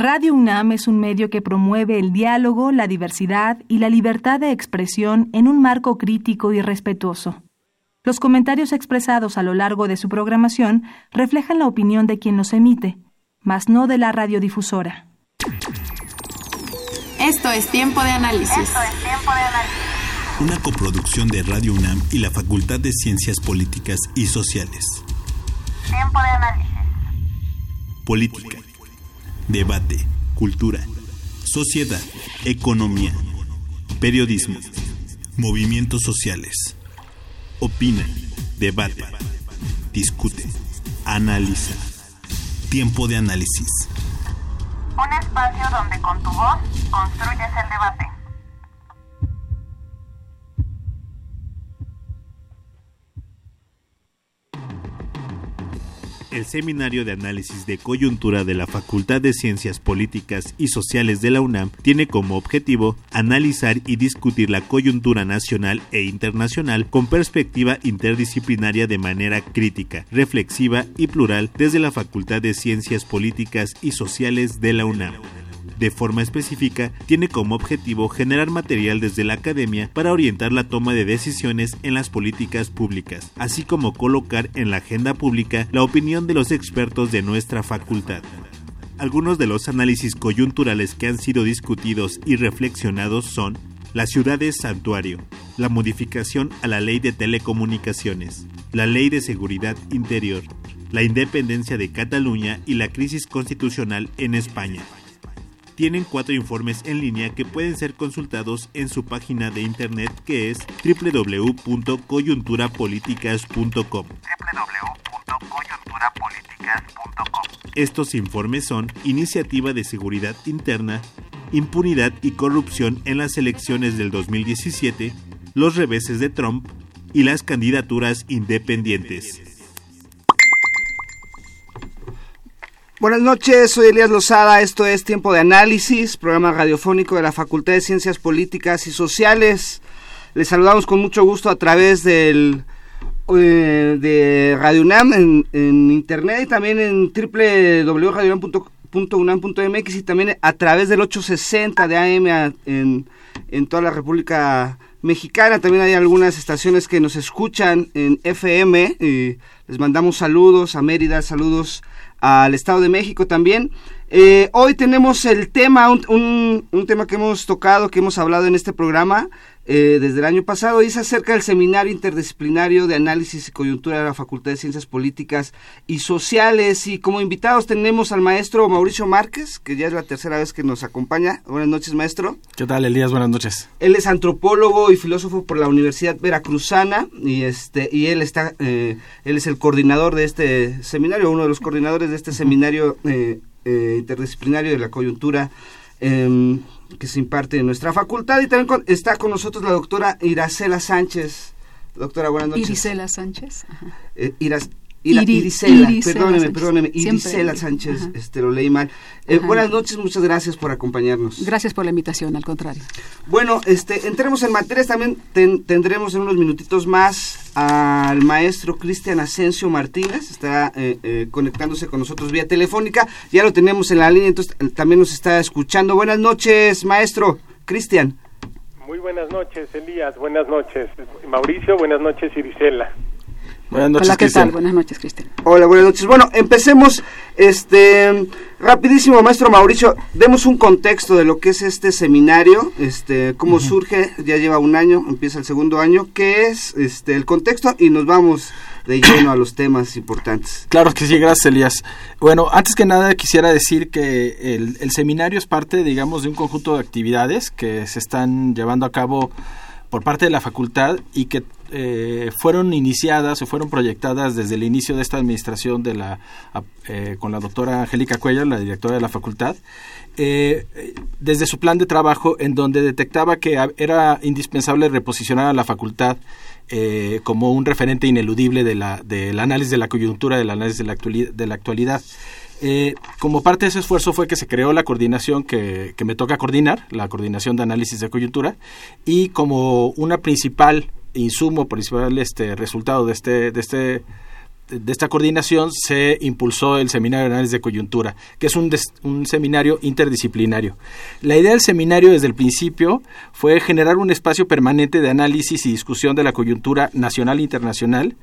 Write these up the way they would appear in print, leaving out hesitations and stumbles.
Radio UNAM es un medio que promueve el diálogo, la diversidad y la libertad de expresión en un marco crítico y respetuoso. Los comentarios expresados a lo largo de su programación reflejan la opinión de quien los emite, mas no de la radiodifusora. Esto es Tiempo de Análisis. Una coproducción de Radio UNAM y la Facultad de Ciencias Políticas y Sociales. Tiempo de Análisis. Política, debate, cultura, sociedad, economía, periodismo, movimientos sociales. Opina, debate, discute, analiza. Tiempo de Análisis. Un espacio donde con tu voz construyes el debate. El Seminario de Análisis de Coyuntura de la Facultad de Ciencias Políticas y Sociales de la UNAM tiene como objetivo analizar y discutir la coyuntura nacional e internacional con perspectiva interdisciplinaria de manera crítica, reflexiva y plural desde la Facultad de Ciencias Políticas y Sociales de la UNAM. De forma específica, tiene como objetivo generar material desde la academia para orientar la toma de decisiones en las políticas públicas, así como colocar en la agenda pública la opinión de los expertos de nuestra facultad. Algunos de los análisis coyunturales que han sido discutidos y reflexionados son las ciudades santuario, la modificación a la Ley de Telecomunicaciones, la Ley de Seguridad Interior, la independencia de Cataluña y la crisis constitucional en España. Tienen 4 informes en línea que pueden ser consultados en su página de internet, que es www.coyunturapoliticas.com. Estos informes son Iniciativa de Seguridad Interna, Impunidad y Corrupción en las elecciones del 2017, Los reveses de Trump y las candidaturas independientes. Buenas noches, soy Elías Lozada, esto es Tiempo de Análisis, programa radiofónico de la Facultad de Ciencias Políticas y Sociales. Les saludamos con mucho gusto a través de Radio UNAM en internet y también en www.radiounam.unam.mx y también a través del 860 de AM en toda la República Mexicana. También hay algunas estaciones que nos escuchan en FM y les mandamos saludos a Mérida, saludos al Estado de México también. Hoy tenemos el tema, un tema que hemos tocado, que hemos hablado en este programa desde el año pasado, y es acerca del Seminario Interdisciplinario de Análisis y Coyuntura de la Facultad de Ciencias Políticas y Sociales. Y como invitados tenemos al maestro Mauricio Márquez, que ya es la tercera vez que nos acompaña. Buenas noches, maestro. ¿Qué tal, Elías? Buenas noches. Él es antropólogo y filósofo por la Universidad Veracruzana y él es el coordinador de este seminario, uno de los coordinadores de este seminario interdisciplinario de la coyuntura que se imparte en nuestra facultad. Y también está con nosotros la doctora Iracela Sánchez. Doctora, buenas noches. Iracela Sánchez. Iracela, perdóneme, Siempre. Iracela Sánchez, lo leí mal. Buenas noches, muchas gracias por acompañarnos. Gracias por la invitación, al contrario. Bueno, entremos en materia. También tendremos en unos minutitos más al maestro Cristian Asensio Martínez. Está conectándose con nosotros vía telefónica. Ya lo tenemos en la línea, entonces también nos está escuchando. Buenas noches, maestro Cristian. Muy buenas noches, Elías. Buenas noches, Mauricio. Buenas noches, Iracela. Buenas noches, hola, ¿qué Cristian. tal? Buenas noches, Cristian. Hola, buenas noches. Bueno, empecemos, rapidísimo, maestro Mauricio, demos un contexto de lo que es este seminario, cómo surge, ya lleva un año, empieza el segundo año, qué es, el contexto, y nos vamos de lleno a los temas importantes. Claro que sí, gracias, Elías. Bueno, antes que nada quisiera decir que el seminario es parte, digamos, de un conjunto de actividades que se están llevando a cabo por parte de la facultad y que fueron iniciadas o fueron proyectadas desde el inicio de esta administración con la doctora Angélica Cuellar, la directora de la facultad, desde su plan de trabajo, en donde detectaba que era indispensable reposicionar a la facultad como un referente ineludible del análisis de la coyuntura, del análisis de la actualidad. Como parte de ese esfuerzo fue que se creó la coordinación que me toca coordinar, la coordinación de análisis de coyuntura, y como una principal insumo, principal resultado de esta coordinación se impulsó el Seminario de Análisis de Coyuntura, que es un seminario interdisciplinario. La idea del seminario desde el principio fue generar un espacio permanente de análisis y discusión de la coyuntura nacional e internacional,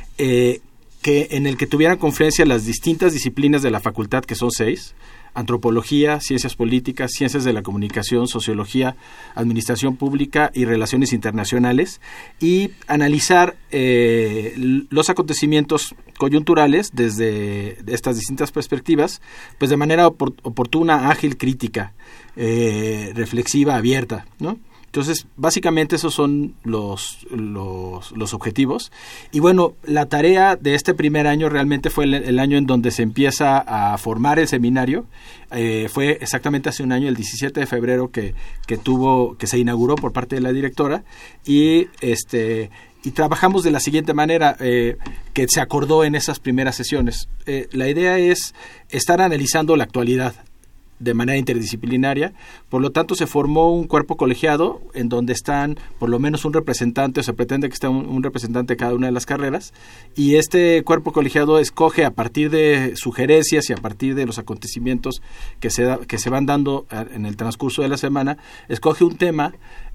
en el que tuvieran confluencia las distintas disciplinas de la facultad, que son 6, antropología, ciencias políticas, ciencias de la comunicación, sociología, administración pública y relaciones internacionales, y analizar los acontecimientos coyunturales desde estas distintas perspectivas, pues de manera oportuna, ágil, crítica, reflexiva, abierta, ¿no? Entonces, básicamente esos son los objetivos. Y bueno, la tarea de este primer año realmente fue el año en donde se empieza a formar el seminario. Fue exactamente hace un año, el 17 de febrero, que se inauguró por parte de la directora, y trabajamos de la siguiente manera, que se acordó en esas primeras sesiones. La idea es estar analizando la actualidad de manera interdisciplinaria. Por lo tanto, se formó un cuerpo colegiado en donde están por lo menos un representante, o se pretende que esté un representante de cada una de las carreras, y este cuerpo colegiado escoge a partir de sugerencias y a partir de los acontecimientos que se van dando en el transcurso de la semana, escoge un tema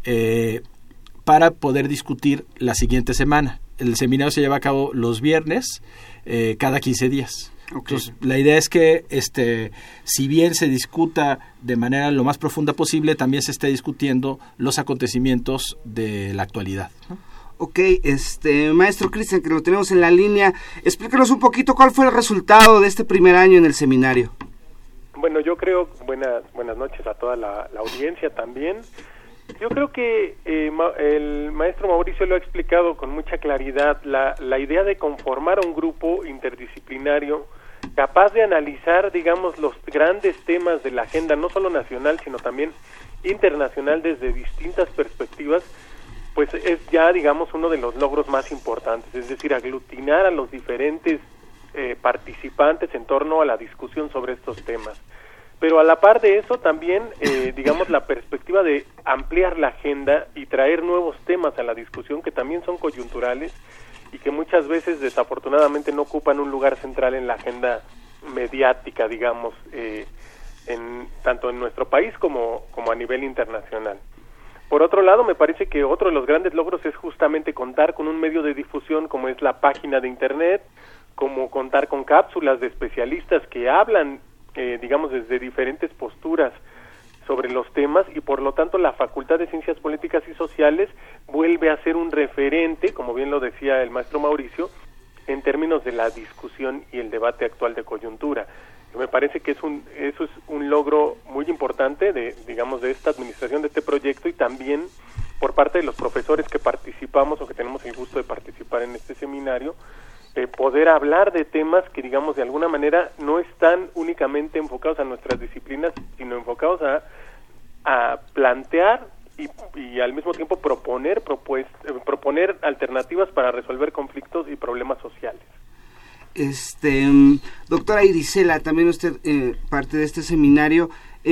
para poder discutir la siguiente semana. El seminario se lleva a cabo los viernes, cada 15 días. Okay. Entonces, la idea es que si bien se discuta de manera lo más profunda posible, también se esté discutiendo los acontecimientos de la actualidad, ¿no? Ok, maestro Cristian, que lo tenemos en la línea, explícanos un poquito cuál fue el resultado de este primer año en el seminario. Bueno, yo creo, buenas noches a toda la audiencia también. Yo creo que el maestro Mauricio lo ha explicado con mucha claridad, la idea de conformar un grupo interdisciplinario capaz de analizar, digamos, los grandes temas de la agenda, no solo nacional, sino también internacional desde distintas perspectivas, pues es ya, digamos, uno de los logros más importantes, es decir, aglutinar a los diferentes participantes en torno a la discusión sobre estos temas. Pero a la par de eso también, digamos, la perspectiva de ampliar la agenda y traer nuevos temas a la discusión que también son coyunturales y que muchas veces desafortunadamente no ocupan un lugar central en la agenda mediática, digamos, tanto en nuestro país como a nivel internacional. Por otro lado, me parece que otro de los grandes logros es justamente contar con un medio de difusión como es la página de Internet, como contar con cápsulas de especialistas que hablan digamos, desde diferentes posturas sobre los temas, y por lo tanto la Facultad de Ciencias Políticas y Sociales vuelve a ser un referente, como bien lo decía el maestro Mauricio, en términos de la discusión y el debate actual de coyuntura. Me parece que eso es un logro muy importante de esta administración de este proyecto, y también por parte de los profesores que participamos o que tenemos el gusto de participar en este seminario, poder hablar de temas que, digamos, de alguna manera no están únicamente enfocados a nuestras disciplinas, sino enfocados a plantear y al mismo tiempo proponer alternativas para resolver conflictos y problemas sociales. Doctora Irisela, también usted parte de este seminario.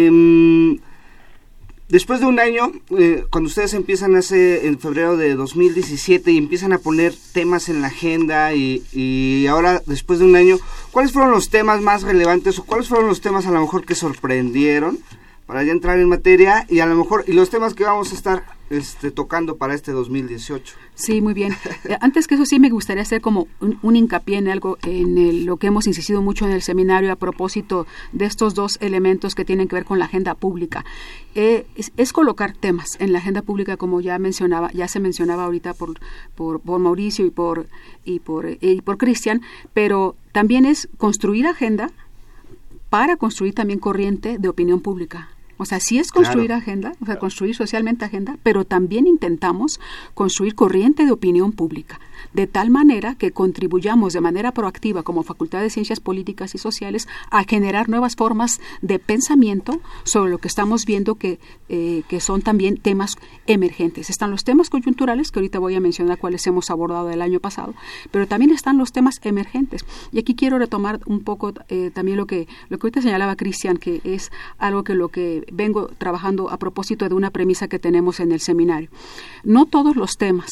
Después de un año, cuando ustedes empiezan en febrero de 2017 y empiezan a poner temas en la agenda, y ahora, después de un año, ¿cuáles fueron los temas más relevantes o cuáles fueron los temas a lo mejor que sorprendieron para ya entrar en materia, y a lo mejor y los temas que vamos a estar tocando para este 2018? Sí, muy bien. Antes que eso, sí me gustaría hacer como un hincapié en algo, lo que hemos insistido mucho en el seminario a propósito de estos dos elementos que tienen que ver con la agenda pública. Es colocar temas en la agenda pública, como ya se mencionaba ahorita por Mauricio y por Cristian, pero también es construir agenda para construir también corriente de opinión pública. O sea, sí es construir agenda, o sea, construir socialmente agenda, pero también intentamos construir corriente de opinión pública, de tal manera que contribuyamos de manera proactiva como Facultad de Ciencias Políticas y Sociales a generar nuevas formas de pensamiento sobre lo que estamos viendo que son también temas emergentes. Están los temas coyunturales, que ahorita voy a mencionar cuáles hemos abordado el año pasado, pero también están los temas emergentes. Y aquí quiero retomar un poco también lo que ahorita señalaba Cristian, que es algo que lo que vengo trabajando a propósito de una premisa que tenemos en el seminario. No todos los temas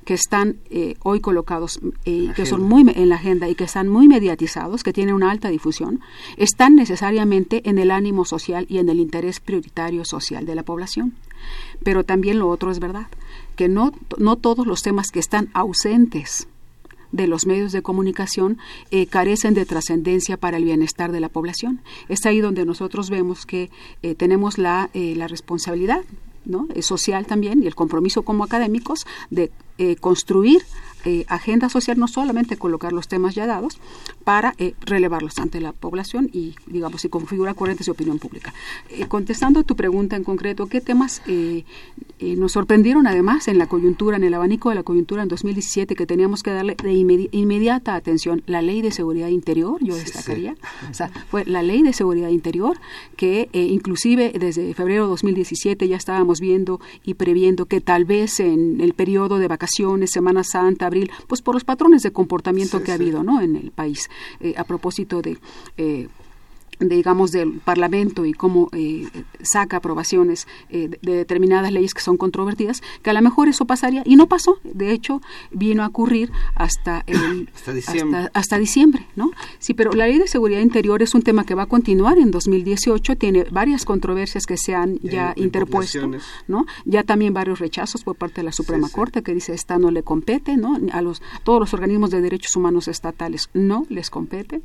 que están hoy colocados, que son muy en la agenda y que están muy mediatizados, que tienen una alta difusión, están necesariamente en el ánimo social y en el interés prioritario social de la población. Pero también lo otro es verdad, que no todos los temas que están ausentes de los medios de comunicación carecen de trascendencia para el bienestar de la población. Es ahí donde nosotros vemos que tenemos la responsabilidad, ¿no?, social también, y el compromiso como académicos de construir agenda social, no solamente colocar los temas ya dados, para relevarlos ante la población y, digamos, y configurar corrientes de opinión pública. Contestando a tu pregunta en concreto, ¿qué temas nos sorprendieron además en la coyuntura, en el abanico de la coyuntura en 2017, que teníamos que darle de inmediata atención? La Ley de Seguridad Interior, yo destacaría. Sí. O sea, fue la Ley de Seguridad Interior que inclusive desde febrero de 2017 ya estábamos viendo y previendo que tal vez en el periodo de vacaciones, Semana Santa, abril, pues por los patrones de comportamiento que ha habido, ¿no?, en el país, a propósito de digamos, del Parlamento y cómo saca aprobaciones de determinadas leyes que son controvertidas, que a lo mejor eso pasaría, y no pasó. De hecho, vino a ocurrir hasta diciembre, ¿no? Sí, pero la Ley de Seguridad Interior es un tema que va a continuar en 2018, tiene varias controversias que se han ya interpuesto, ¿no? Ya también varios rechazos por parte de la Suprema Corte, que dice esta no le compete, ¿no? Todos los organismos de derechos humanos estatales no les compete,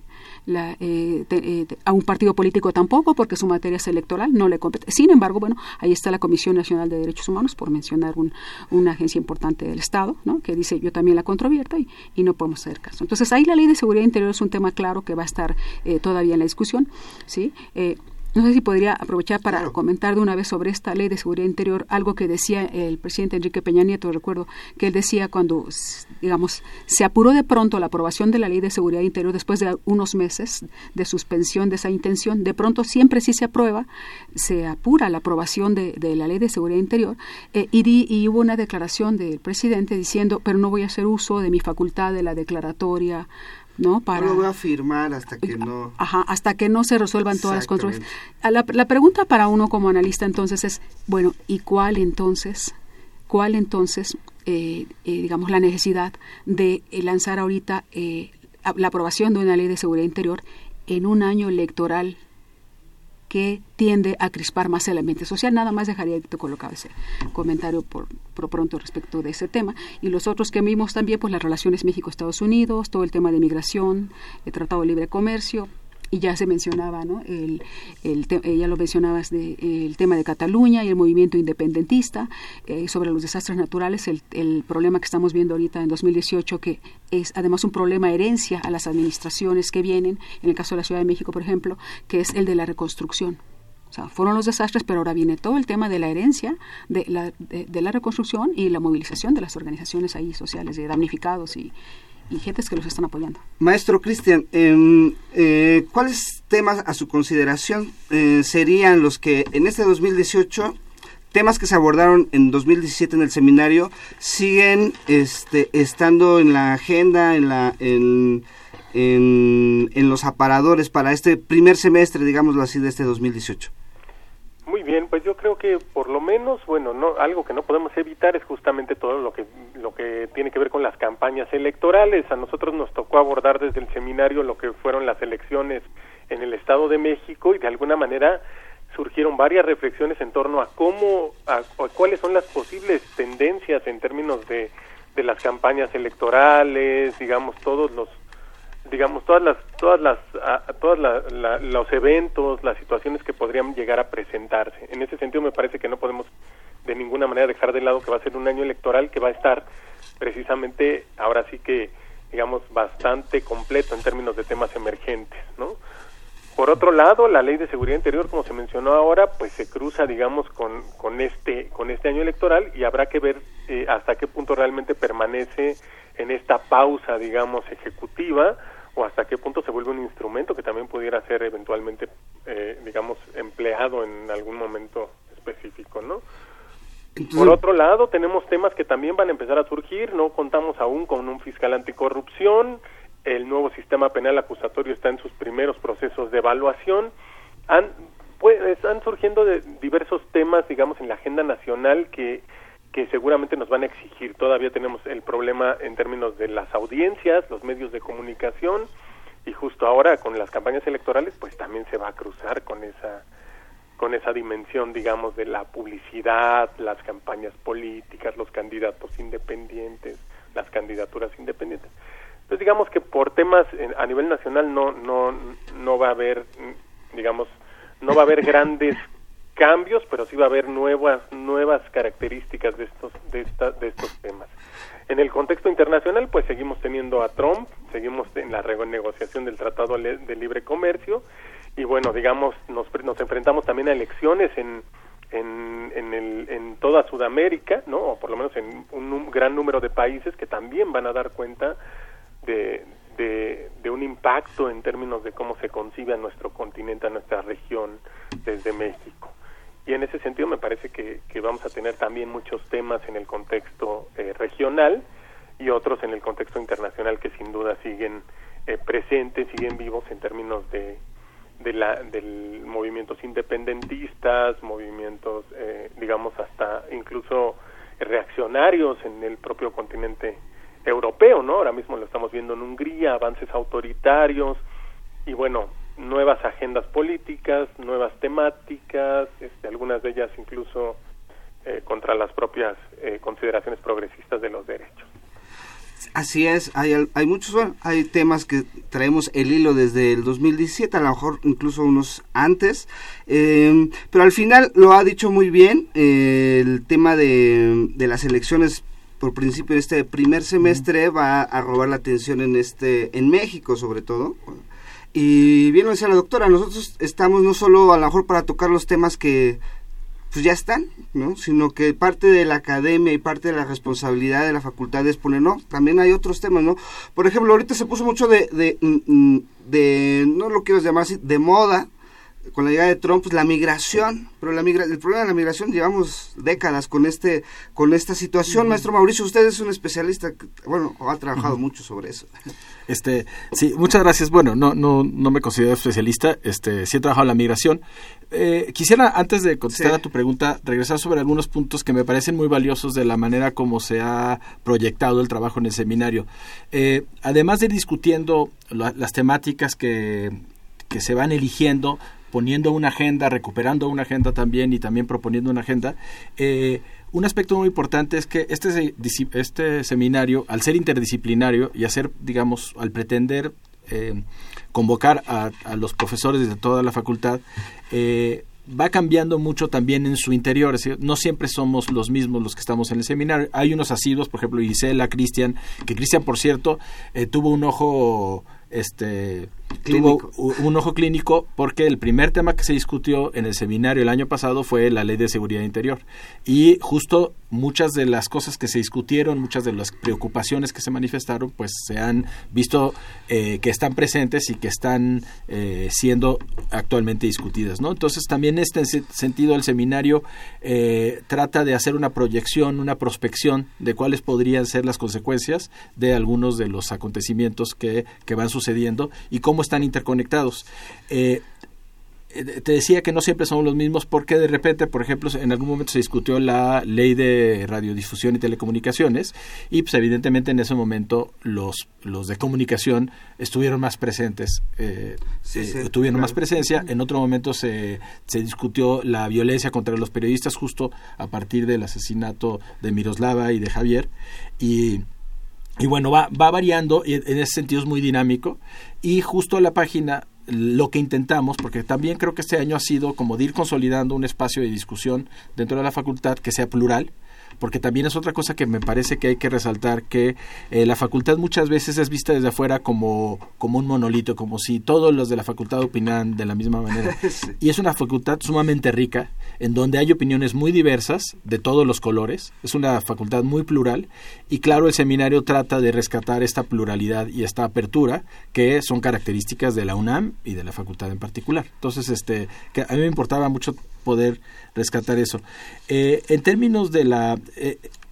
a un partido político tampoco, porque su materia es electoral, no le compete. Sin embargo, bueno, ahí está la Comisión Nacional de Derechos Humanos, por mencionar una agencia importante del Estado, ¿no?, que dice yo también la controvierta y no podemos hacer caso. Entonces, ahí la Ley de Seguridad Interior es un tema claro que va a estar todavía en la discusión, ¿sí? No sé si podría aprovechar para comentar de una vez sobre esta Ley de Seguridad Interior algo que decía el presidente Enrique Peña Nieto. Recuerdo que él decía cuando, digamos, se apuró de pronto la aprobación de la Ley de Seguridad Interior después de unos meses de suspensión de esa intención, de pronto siempre sí se aprueba, se apura la aprobación de la Ley de Seguridad Interior y hubo una declaración del presidente diciendo, pero no voy a hacer uso de mi facultad de la declaratoria, ¿no? No lo voy a firmar hasta que no... hasta que no se resuelvan todas las controversias. La pregunta para uno como analista entonces es, bueno, ¿y cuál entonces, digamos, la necesidad de lanzar ahorita la aprobación de una Ley de Seguridad Interior en un año electoral que tiende a crispar más el ambiente social? Nada más dejaría colocado ese comentario por pronto respecto de ese tema. Y los otros que vimos también, pues las relaciones México-Estados Unidos, todo el tema de migración, el Tratado de Libre Comercio, y ya se mencionaba, ¿no?, ya lo mencionabas, el tema de Cataluña y el movimiento independentista, sobre los desastres naturales, el problema que estamos viendo ahorita en 2018, que es además un problema herencia a las administraciones que vienen, en el caso de la Ciudad de México, por ejemplo, que es el de la reconstrucción. O sea, fueron los desastres, pero ahora viene todo el tema de la herencia, de la reconstrucción y la movilización de las organizaciones ahí sociales, de damnificados y gentes que los están apoyando. Maestro Cristian, ¿cuáles temas a su consideración serían los que en este 2018, temas que se abordaron en 2017 en el seminario, siguen estando en la agenda, en los aparadores para este primer semestre, digámoslo así, de este 2018? Muy bien, pues yo creo que por lo menos, bueno, algo que no podemos evitar es justamente todo lo que tiene que ver con las campañas electorales. A nosotros nos tocó abordar desde el seminario lo que fueron las elecciones en el Estado de México, y de alguna manera surgieron varias reflexiones en torno a cuáles son las posibles tendencias en términos de las campañas electorales, digamos, todos los eventos, las situaciones que podrían llegar a presentarse. En ese sentido me parece que no podemos de ninguna manera dejar de lado que va a ser un año electoral que va a estar precisamente, ahora sí que, digamos, bastante completo en términos de temas emergentes, ¿no? Por otro lado, la Ley de Seguridad Interior, como se mencionó ahora, pues se cruza, digamos, con este año electoral, y habrá que ver hasta qué punto realmente permanece en esta pausa, digamos, ejecutiva, o hasta qué punto se vuelve un instrumento que también pudiera ser eventualmente, digamos, empleado en algún momento específico, ¿no? Por otro lado, tenemos temas que también van a empezar a surgir. No contamos aún con un fiscal anticorrupción, el nuevo sistema penal acusatorio está en sus primeros procesos de evaluación, están surgiendo diversos temas, digamos, en la agenda nacional que que seguramente nos van a exigir. Todavía tenemos el problema en términos de las audiencias, los medios de comunicación, y justo ahora con las campañas electorales pues también se va a cruzar con esa dimensión, digamos, de la publicidad, las campañas políticas, los candidatos independientes, las candidaturas independientes. Entonces digamos que por temas a nivel nacional no va a haber, digamos, no va a haber grandes cambios, pero sí va a haber nuevas características de estos temas. En el contexto internacional, pues seguimos teniendo a Trump, seguimos en la renegociación del Tratado de Libre Comercio, y bueno, digamos, nos enfrentamos también a elecciones en toda Sudamérica, ¿no? O por lo menos en un gran número de países que también van a dar cuenta de un impacto en términos de cómo se concibe a nuestro continente, a nuestra región desde México. Y en ese sentido me parece que vamos a tener también muchos temas en el contexto regional y otros en el contexto internacional que sin duda siguen presentes, siguen vivos en términos de movimientos independentistas, movimientos, digamos, hasta incluso reaccionarios en el propio continente europeo, ¿no? Ahora mismo lo estamos viendo en Hungría, avances autoritarios y bueno, nuevas agendas políticas, nuevas temáticas, algunas de ellas incluso contra las propias consideraciones progresistas de los derechos. Así es, hay muchos, bueno, hay temas que traemos el hilo desde el 2017, a lo mejor incluso unos antes, pero al final lo ha dicho muy bien, el tema de las elecciones por principio de este primer semestre va a robar la atención en México sobre todo. Y bien lo decía la doctora, nosotros estamos no solo a lo mejor para tocar los temas que pues ya están, ¿no? Sino que parte de la academia y parte de la responsabilidad de la facultad es poner, no, también hay otros temas, ¿no? Por ejemplo, ahorita se puso mucho de no lo quiero llamar así, de moda, con la llegada de Trump, pues la migración, pero el problema de la migración llevamos décadas con esta situación. Maestro Mauricio, usted es un especialista, bueno, ha trabajado mucho sobre eso. Sí, muchas gracias. Bueno, no me considero especialista, sí he trabajado en la migración. Quisiera, antes de contestar a tu pregunta, regresar sobre algunos puntos que me parecen muy valiosos de la manera como se ha proyectado el trabajo en el seminario. Además de ir discutiendo las temáticas que se van eligiendo, poniendo una agenda, recuperando una agenda también y también proponiendo una agenda, un aspecto muy importante es que este seminario, al ser interdisciplinario y al pretender convocar a los profesores de toda la facultad, va cambiando mucho también en su interior, es decir, no siempre somos los mismos los que estamos en el seminario. Hay unos asiduos, por ejemplo, Gisela, Cristian, por cierto, tuvo un ojo clínico. Tuvo un ojo clínico porque el primer tema que se discutió en el seminario el año pasado fue la Ley de Seguridad Interior, y justo muchas de las cosas que se discutieron, muchas de las preocupaciones que se manifestaron, pues se han visto que están presentes y que están siendo actualmente discutidas, ¿no? Entonces también en este sentido el seminario trata de hacer una proyección, una prospección de cuáles podrían ser las consecuencias de algunos de los acontecimientos que van sucediendo y cómo están interconectados. Te decía que no siempre son los mismos porque de repente, por ejemplo, en algún momento se discutió la ley de radiodifusión y telecomunicaciones y pues evidentemente en ese momento los de comunicación estuvieron más presentes, tuvieron más presencia. En otro momento se discutió la violencia contra los periodistas justo a partir del asesinato de Miroslava y de Javier y bueno, va variando y en ese sentido es muy dinámico, y justo la página lo que intentamos, porque también creo que este año ha sido como de ir consolidando un espacio de discusión dentro de la facultad que sea plural, porque también es otra cosa que me parece que hay que resaltar, que la facultad muchas veces es vista desde afuera como un monolito, como si todos los de la facultad opinaran de la misma manera. Sí. Y es una facultad sumamente rica, en donde hay opiniones muy diversas, de todos los colores, es una facultad muy plural, y claro, el seminario trata de rescatar esta pluralidad y esta apertura, que son características de la UNAM y de la facultad en particular. Entonces, que a mí me importaba mucho poder rescatar eso. En términos de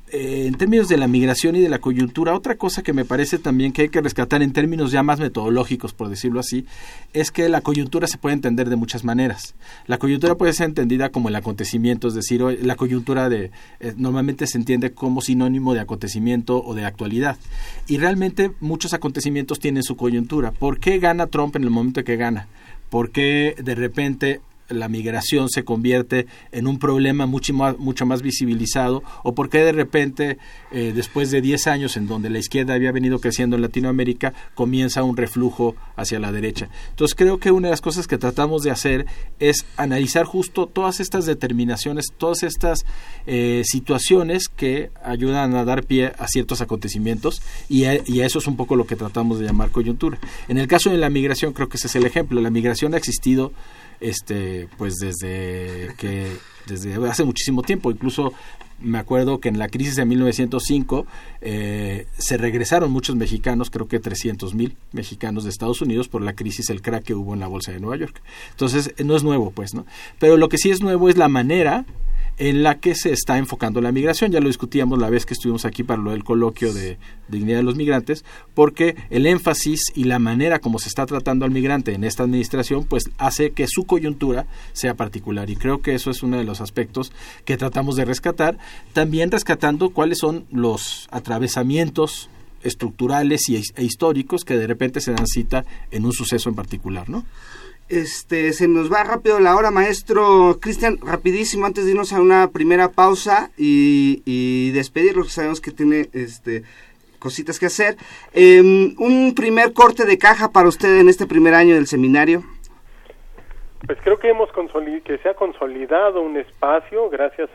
en términos de la migración y de la coyuntura, otra cosa que me parece también que hay que rescatar en términos ya más metodológicos, por decirlo así, es que la coyuntura se puede entender de muchas maneras. La coyuntura puede ser entendida como el acontecimiento, es decir, la coyuntura normalmente se entiende como sinónimo de acontecimiento o de actualidad. Y realmente muchos acontecimientos tienen su coyuntura. ¿Por qué gana Trump en el momento que gana? ¿Por qué de repente la migración se convierte en un problema mucho más visibilizado, o por qué de repente después de 10 años en donde la izquierda había venido creciendo en Latinoamérica comienza un reflujo hacia la derecha? Entonces creo que una de las cosas que tratamos de hacer es analizar justo todas estas determinaciones, todas estas situaciones que ayudan a dar pie a ciertos acontecimientos, y a eso es un poco lo que tratamos de llamar coyuntura. En el caso de la migración creo que ese es el ejemplo. La migración ha existido pues desde hace muchísimo tiempo. Incluso me acuerdo que en la crisis de 1905 se regresaron muchos mexicanos, creo que 300,000 mexicanos de Estados Unidos por la crisis, el crack que hubo en la bolsa de Nueva York. Entonces no es nuevo, pues, ¿no? Pero lo que sí es nuevo es la manera en la que se está enfocando la migración. Ya lo discutíamos la vez que estuvimos aquí para lo del coloquio de dignidad de los migrantes, porque el énfasis y la manera como se está tratando al migrante en esta administración, pues hace que su coyuntura sea particular, y creo que eso es uno de los aspectos que tratamos de rescatar, también rescatando cuáles son los atravesamientos estructurales e históricos que de repente se dan cita en un suceso en particular, ¿no? Se nos va rápido la hora, maestro Cristian, rapidísimo, antes de irnos a una primera pausa y despedirlos, que sabemos que tiene cositas que hacer. Un primer corte de caja para usted en este primer año del seminario. Pues creo que que se ha consolidado un espacio gracias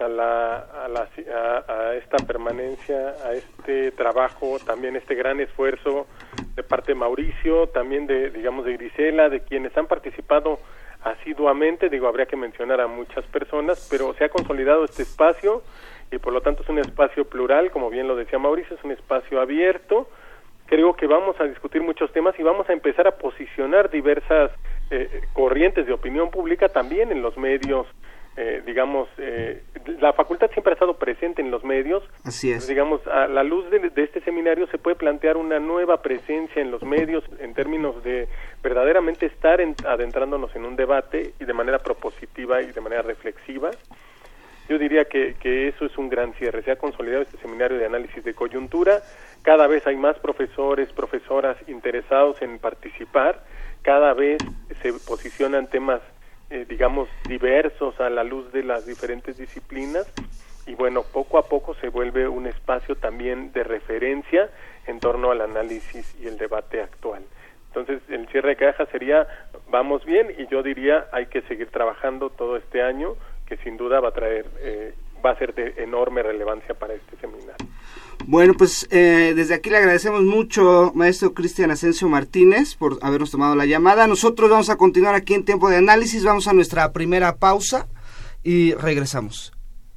a esta permanencia, a este trabajo, también este gran esfuerzo de parte de Mauricio, también de Grisela, de quienes han participado asiduamente. Habría que mencionar a muchas personas, pero se ha consolidado este espacio y por lo tanto es un espacio plural, como bien lo decía Mauricio, es un espacio abierto. Creo que vamos a discutir muchos temas y vamos a empezar a posicionar diversas corrientes de opinión pública también en los medios. La facultad siempre ha estado presente en los medios. Así es. A la luz de este seminario se puede plantear una nueva presencia en los medios en términos de verdaderamente estar adentrándonos en un debate y de manera propositiva y de manera reflexiva. Yo diría que eso es un gran cierre. Se ha consolidado este seminario de análisis de coyuntura. Cada vez hay más profesores, profesoras interesados en participar. Cada vez se posicionan temas, diversos a la luz de las diferentes disciplinas. Y bueno, poco a poco se vuelve un espacio también de referencia en torno al análisis y el debate actual. Entonces, el cierre de caja sería, vamos bien, y yo diría, hay que seguir trabajando todo este año, que sin duda va a ser de enorme relevancia para este seminario. Bueno, pues desde aquí le agradecemos mucho, maestro Cristian Asensio Martínez, por habernos tomado la llamada. Nosotros vamos a continuar aquí en Tiempo de Análisis, vamos a nuestra primera pausa y regresamos.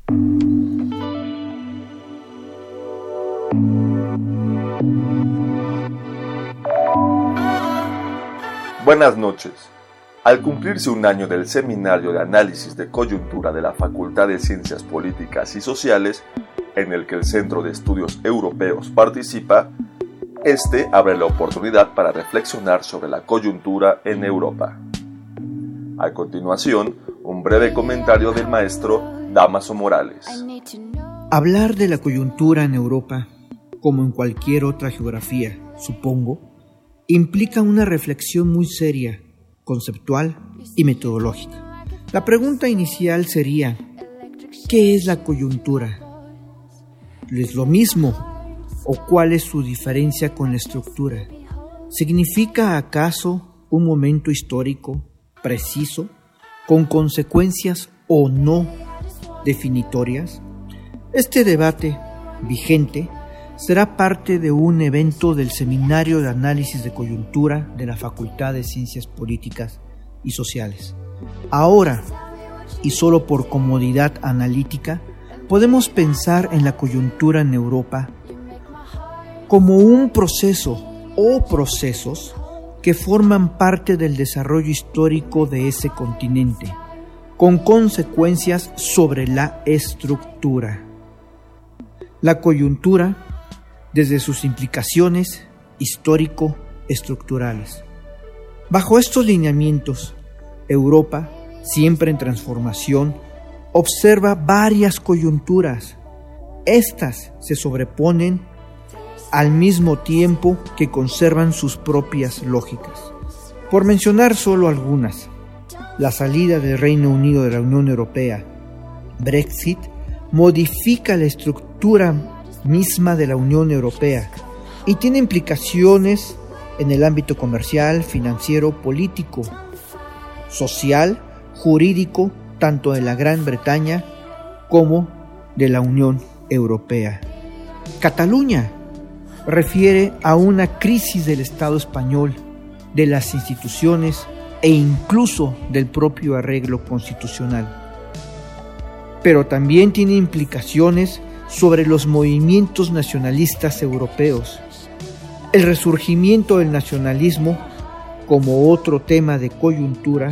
Buenas noches. Al cumplirse un año del Seminario de Análisis de Coyuntura de la Facultad de Ciencias Políticas y Sociales, en el que el Centro de Estudios Europeos participa, abre la oportunidad para reflexionar sobre la coyuntura en Europa. A continuación, un breve comentario del maestro Dámaso Morales. Hablar de la coyuntura en Europa, como en cualquier otra geografía, supongo, implica una reflexión muy seria, conceptual y metodológica. La pregunta inicial sería, ¿qué es la coyuntura? ¿Es lo mismo o cuál es su diferencia con la estructura? ¿Significa acaso un momento histórico preciso, con consecuencias o no definitorias? Este debate vigente será parte de un evento del Seminario de Análisis de Coyuntura de la Facultad de Ciencias Políticas y Sociales. Ahora, y solo por comodidad analítica, podemos pensar en la coyuntura en Europa como un proceso o procesos que forman parte del desarrollo histórico de ese continente, con consecuencias sobre la estructura. la coyuntura desde sus implicaciones histórico-estructurales. Bajo estos lineamientos, Europa, siempre en transformación, observa varias coyunturas. Estas se sobreponen al mismo tiempo que conservan sus propias lógicas. Por mencionar solo algunas, la salida del Reino Unido de la Unión Europea, Brexit, modifica la estructura misma de la Unión Europea y tiene implicaciones en el ámbito comercial, financiero, político, social, jurídico, tanto de la Gran Bretaña como de la Unión Europea. Cataluña refiere a una crisis del Estado español, de las instituciones e incluso del propio arreglo constitucional. Pero también tiene implicaciones sobre los movimientos nacionalistas europeos, el resurgimiento del nacionalismo como otro tema de coyuntura,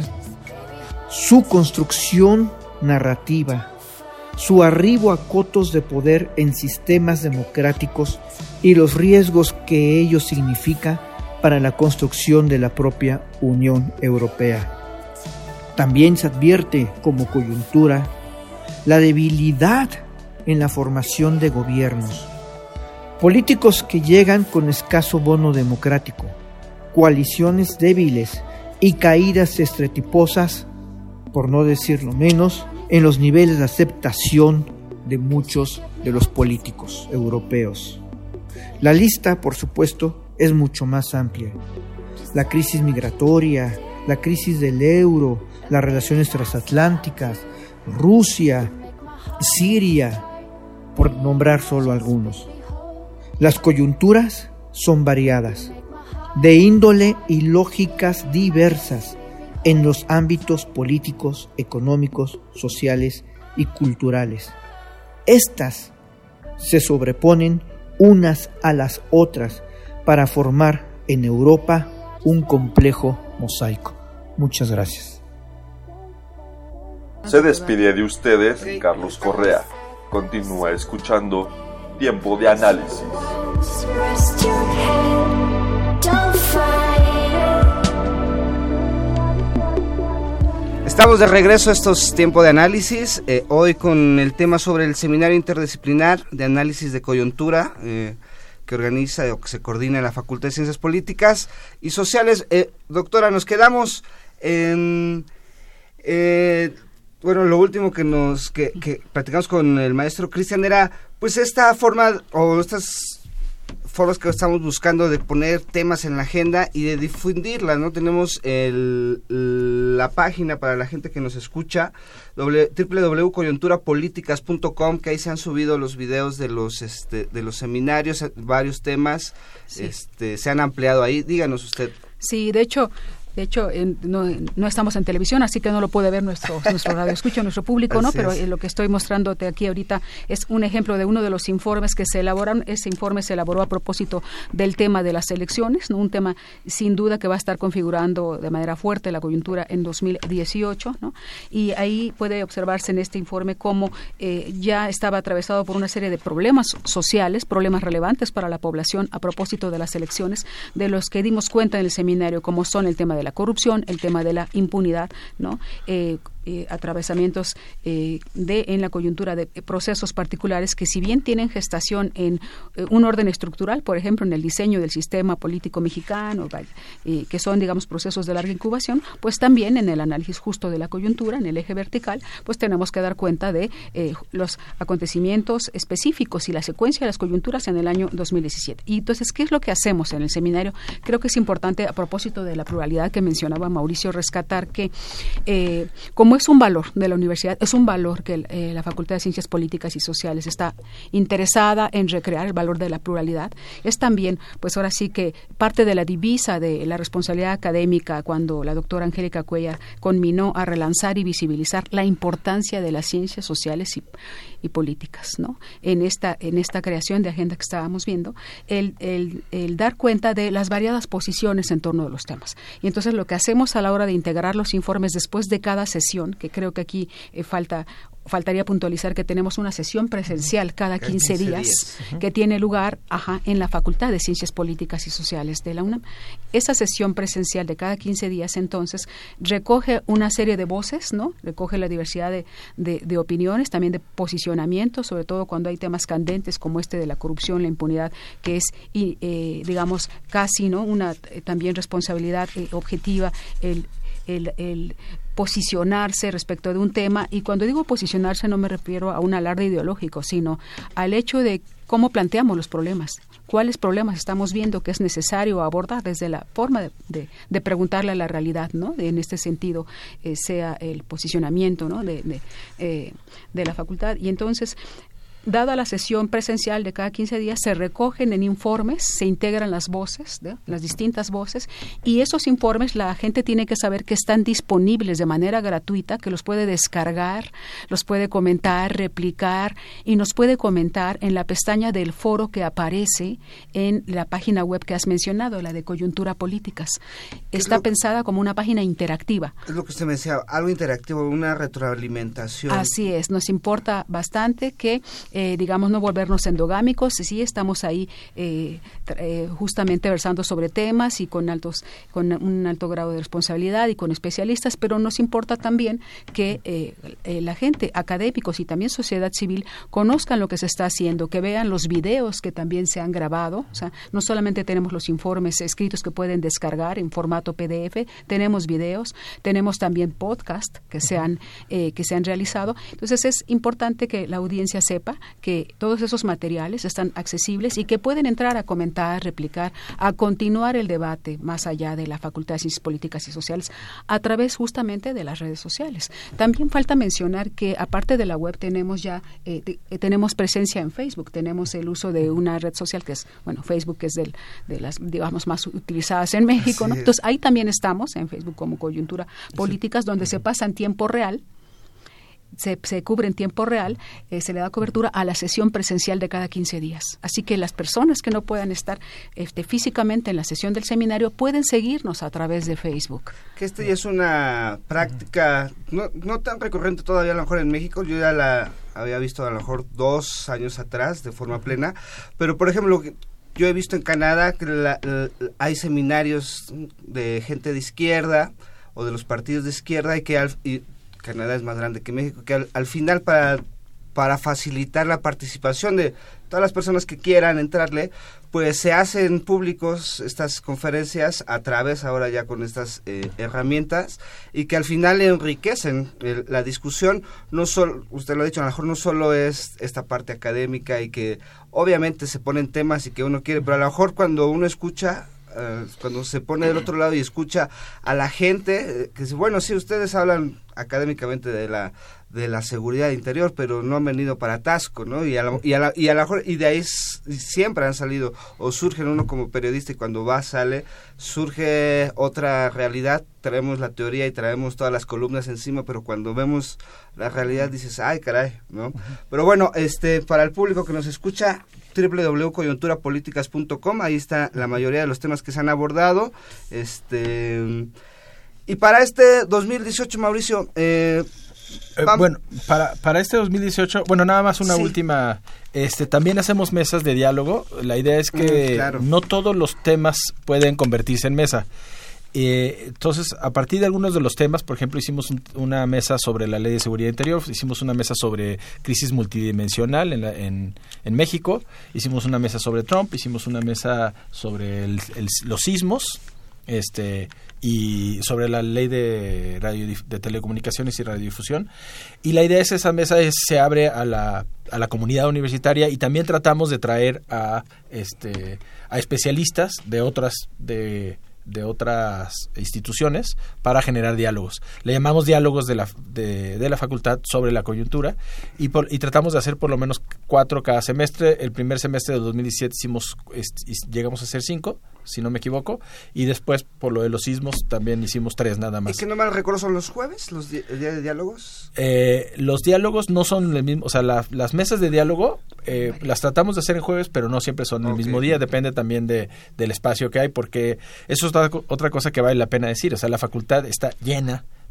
su construcción narrativa, su arribo a cotos de poder en sistemas democráticos y los riesgos que ello significa para la construcción de la propia Unión Europea. También se advierte como coyuntura la debilidad en la formación de gobiernos, políticos que llegan con escaso bono democrático, coaliciones débiles y caídas estrepitosas, por no decirlo menos, en los niveles de aceptación de muchos de los políticos europeos. La lista, por supuesto, es mucho más amplia. La crisis migratoria, la crisis del euro, las relaciones transatlánticas, Rusia, Siria, por nombrar solo algunos. Las coyunturas son variadas, de índole y lógicas diversas en los ámbitos políticos, económicos, sociales y culturales. Estas se sobreponen unas a las otras para formar en Europa un complejo mosaico. Muchas gracias. Se despide de ustedes Carlos Correa. Continúa escuchando Tiempo de Análisis. Estamos de regreso a estos tiempos de análisis, hoy con el tema sobre el Seminario Interdisciplinar de Análisis de Coyuntura, que organiza o que se coordina en la Facultad de Ciencias Políticas y Sociales. Doctora, nos quedamos en... bueno, lo último que platicamos con el maestro Cristian era pues esta forma o estas formas que estamos buscando de poner temas en la agenda y de difundirlas, ¿no? Tenemos la página para la gente que nos escucha, www.coyunturapoliticas.com, que ahí se han subido los videos de los seminarios, varios temas, sí. Se han ampliado ahí. Díganos usted. Sí, de hecho no estamos en televisión, así que no lo puede ver nuestro radio escucha, nuestro público, ¿no? Pero lo que estoy mostrándote aquí ahorita es un ejemplo de uno de los informes que se elaboran. Ese informe se elaboró a propósito del tema de las elecciones, ¿no? Un tema sin duda que va a estar configurando de manera fuerte la coyuntura en 2018, ¿no? Y ahí puede observarse en este informe cómo ya estaba atravesado por una serie de problemas sociales, problemas relevantes para la población a propósito de las elecciones, de los que dimos cuenta en el seminario, como son el tema de la corrupción, el tema de la impunidad, ¿no? Atravesamientos en la coyuntura de procesos particulares que, si bien tienen gestación en un orden estructural, por ejemplo en el diseño del sistema político mexicano, que son, digamos, procesos de larga incubación, pues también en el análisis justo de la coyuntura, en el eje vertical, pues tenemos que dar cuenta de los acontecimientos específicos y la secuencia de las coyunturas en el año 2017. Y entonces, ¿qué es lo que hacemos en el seminario? Creo que es importante, a propósito de la pluralidad que mencionaba Mauricio, rescatar que como es un valor de la universidad, es un valor que la Facultad de Ciencias Políticas y Sociales está interesada en recrear, el valor de la pluralidad. Es también, pues ahora sí que parte de la divisa de la responsabilidad académica cuando la doctora Angélica Cuellar conminó a relanzar y visibilizar la importancia de las ciencias sociales y políticas, ¿no? En esta creación de agenda que estábamos viendo, el dar cuenta de las variadas posiciones en torno de los temas. Y entonces lo que hacemos a la hora de integrar los informes después de cada sesión sesión, que creo que aquí faltaría puntualizar que tenemos una sesión presencial cada 15 días que tiene lugar en la Facultad de Ciencias Políticas y Sociales de la UNAM. Esa sesión presencial de cada 15 días, entonces, recoge una serie de voces, ¿no? Recoge la diversidad de opiniones, también de posicionamientos, sobre todo cuando hay temas candentes como este de la corrupción, la impunidad, que es, digamos, casi, ¿no?, una también responsabilidad objetiva, el posicionarse respecto de un tema, y cuando digo posicionarse no me refiero a un alarde ideológico, sino al hecho de cómo planteamos los problemas, cuáles problemas estamos viendo que es necesario abordar desde la forma de preguntarle a la realidad, ¿no? En este sentido, sea el posicionamiento, ¿no?, de la facultad. Y entonces, dada la sesión presencial de cada 15 días, se recogen en informes, se integran las voces, ¿no?, las distintas voces, y esos informes la gente tiene que saber que están disponibles de manera gratuita, que los puede descargar, los puede comentar, replicar, y nos puede comentar en la pestaña del foro que aparece en la página web que has mencionado, la de Coyuntura Políticas. Está pensada como una página interactiva. Es lo que usted me decía, algo interactivo, una retroalimentación. Así es, nos importa bastante que digamos, no volvernos endogámicos. Sí, estamos ahí justamente versando sobre temas y con un alto grado de responsabilidad y con especialistas, pero nos importa también que la gente, académicos y también sociedad civil, conozcan lo que se está haciendo, que vean los videos que también se han grabado. O sea, no solamente tenemos los informes escritos que pueden descargar en formato PDF, tenemos videos, tenemos también podcast que se han realizado. Entonces es importante que la audiencia sepa que todos esos materiales están accesibles y que pueden entrar a comentar, replicar, a continuar el debate más allá de la Facultad de Ciencias Políticas y Sociales a través justamente de las redes sociales. También falta mencionar que aparte de la web tenemos tenemos presencia en Facebook, tenemos el uso de una red social que es, Facebook, que es de las, digamos, más utilizadas en México, ¿no? Entonces ahí también estamos en Facebook como Coyuntura Políticas, donde se pasa en tiempo real. Se cubre en tiempo real, se le da cobertura a la sesión presencial de cada 15 días. Así que las personas que no puedan estar físicamente en la sesión del seminario pueden seguirnos a través de Facebook. Que ya es una práctica no tan recurrente todavía a lo mejor en México. Yo ya la había visto a lo mejor 2 años atrás de forma plena, pero por ejemplo yo he visto en Canadá que hay seminarios de gente de izquierda o de los partidos de izquierda y Canadá es más grande que México, que al final para facilitar la participación de todas las personas que quieran entrarle, pues se hacen públicos estas conferencias a través ahora ya con estas herramientas, y que al final enriquecen la discusión. No solo, usted lo ha dicho, a lo mejor no solo es esta parte académica y que obviamente se ponen temas y que uno quiere, pero a lo mejor cuando uno escucha, cuando se pone del otro lado y escucha a la gente, que dice, bueno, sí, ustedes hablan académicamente de la seguridad interior, pero no han venido para Taxco, ¿no? Y a lo mejor, y de ahí siempre han salido, o surgen uno como periodista y cuando sale, surge otra realidad. Traemos la teoría y traemos todas las columnas encima, pero cuando vemos la realidad dices, ay, caray, ¿no? Pero bueno, para el público que nos escucha, www.coyunturapoliticas.com, ahí está la mayoría de los temas que se han abordado. Y para este 2018, Mauricio, bueno, para este 2018, nada más una última, también hacemos mesas de diálogo. La idea es que no todos los temas pueden convertirse en mesa. Entonces, a partir de algunos de los temas, por ejemplo, hicimos una mesa sobre la Ley de Seguridad Interior, hicimos una mesa sobre crisis multidimensional en México, hicimos una mesa sobre Trump, hicimos una mesa sobre los sismos, y sobre la ley de telecomunicaciones y radiodifusión. Y la idea es esa mesa se abre a la comunidad universitaria, y también tratamos de traer a especialistas de otras instituciones para generar diálogos. Le llamamos diálogos de la facultad sobre la coyuntura, y tratamos de hacer por lo menos 4 cada semestre. El primer semestre de 2017 llegamos a hacer 5, si no me equivoco, y después por lo de los sismos también hicimos 3 nada más. ¿Y que no mal recuerdo son los jueves, el día de diálogos? Los diálogos no son el mismo, o sea, las mesas de diálogo las tratamos de hacer en jueves, pero no siempre son el mismo día, depende también del espacio que hay, porque eso es otra cosa que vale la pena decir. O sea, la facultad está llena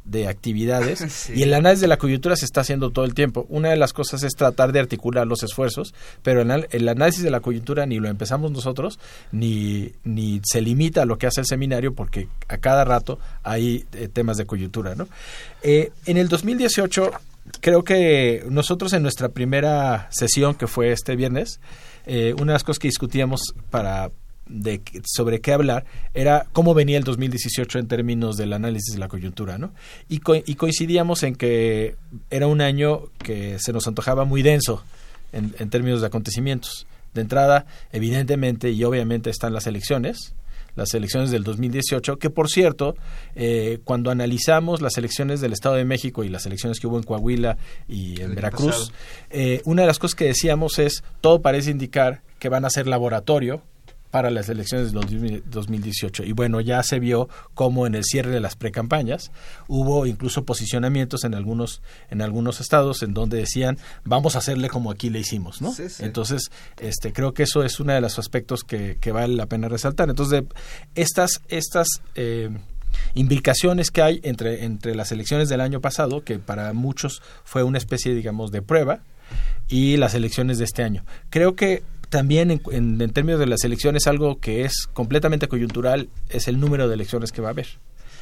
de actividades Sí. y el análisis de la coyuntura se está haciendo todo el tiempo. Una de las cosas es tratar de articular los esfuerzos, pero el análisis de la coyuntura ni lo empezamos nosotros ni se limita a lo que hace el seminario, porque a cada rato hay temas de coyuntura, ¿no? En el 2018 creo que nosotros en nuestra primera sesión, que fue este viernes, una de las cosas que discutíamos sobre qué hablar era cómo venía el 2018 en términos del análisis de la coyuntura, ¿no? Y coincidíamos en que era un año que se nos antojaba muy denso en términos de acontecimientos. De entrada, evidentemente y obviamente están las elecciones del 2018, que por cierto, cuando analizamos las elecciones del Estado de México y las elecciones que hubo en Coahuila y en Veracruz, una de las cosas que decíamos es, todo parece indicar que van a ser laboratorio para las elecciones del 2018. Y bueno, ya se vio cómo en el cierre de las precampañas hubo incluso posicionamientos en algunos estados en donde decían, vamos a hacerle como aquí le hicimos, ¿no? Sí, sí. Entonces, creo que eso es uno de los aspectos que vale la pena resaltar. Entonces, estas implicaciones que hay entre las elecciones del año pasado, que para muchos fue una especie, digamos, de prueba, y las elecciones de este año. Creo que también en términos de las elecciones, algo que es completamente coyuntural es el número de elecciones que va a haber.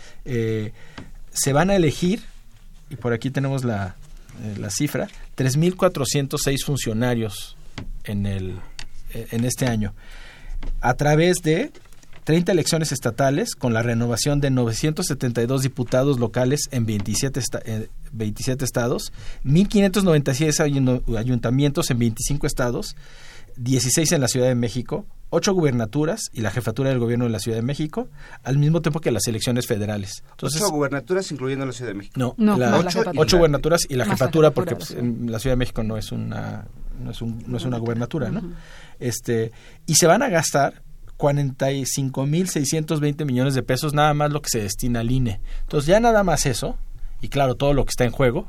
Se van a elegir, y por aquí tenemos la cifra, 3,406 funcionarios en este año, a través de 30 elecciones estatales, con la renovación de 972 diputados locales en 27 estados, 1,596 ayuntamientos en 25 estados, 16 en la Ciudad de México, 8 gubernaturas y la jefatura del gobierno de la Ciudad de México, al mismo tiempo que las elecciones federales. Entonces, 8 gubernaturas incluyendo la Ciudad de México. No, 8 gubernaturas y la jefatura, porque pues, en la Ciudad de México no es una gubernatura, ¿no? Y se van a gastar 45,620 millones de pesos, nada más lo que se destina al INE. Entonces, ya nada más eso, y claro, todo lo que está en juego,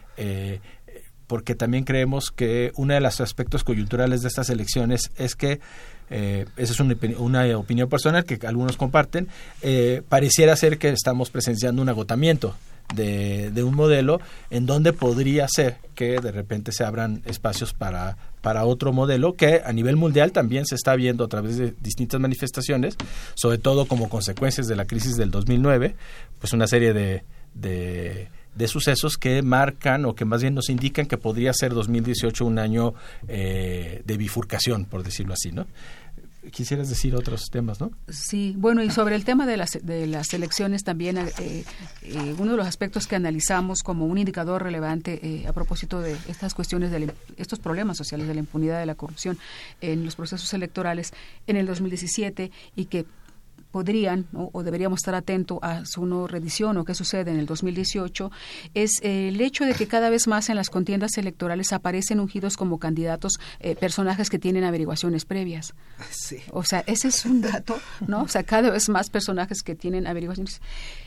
porque también creemos que uno de los aspectos coyunturales de estas elecciones es que, esa es una opinión personal que algunos comparten, pareciera ser que estamos presenciando un agotamiento de un modelo en donde podría ser que de repente se abran espacios para otro modelo que a nivel mundial también se está viendo a través de distintas manifestaciones, sobre todo como consecuencias de la crisis del 2009, pues una serie de sucesos que marcan o que más bien nos indican que podría ser 2018 un año de bifurcación, por decirlo así, ¿no? Quisieras decir otros temas, ¿no? Sí, bueno, y sobre el tema de las elecciones también, uno de los aspectos que analizamos como un indicador relevante a propósito de estas cuestiones, estos problemas sociales de la impunidad, de la corrupción en los procesos electorales en el 2017 y que podrían, ¿no?, o deberíamos estar atentos a su no revisión o qué sucede en el 2018, es el hecho de que cada vez más en las contiendas electorales aparecen ungidos como candidatos personajes que tienen averiguaciones previas. Sí. O sea, ese es un dato, ¿no? O sea, cada vez más personajes que tienen averiguaciones.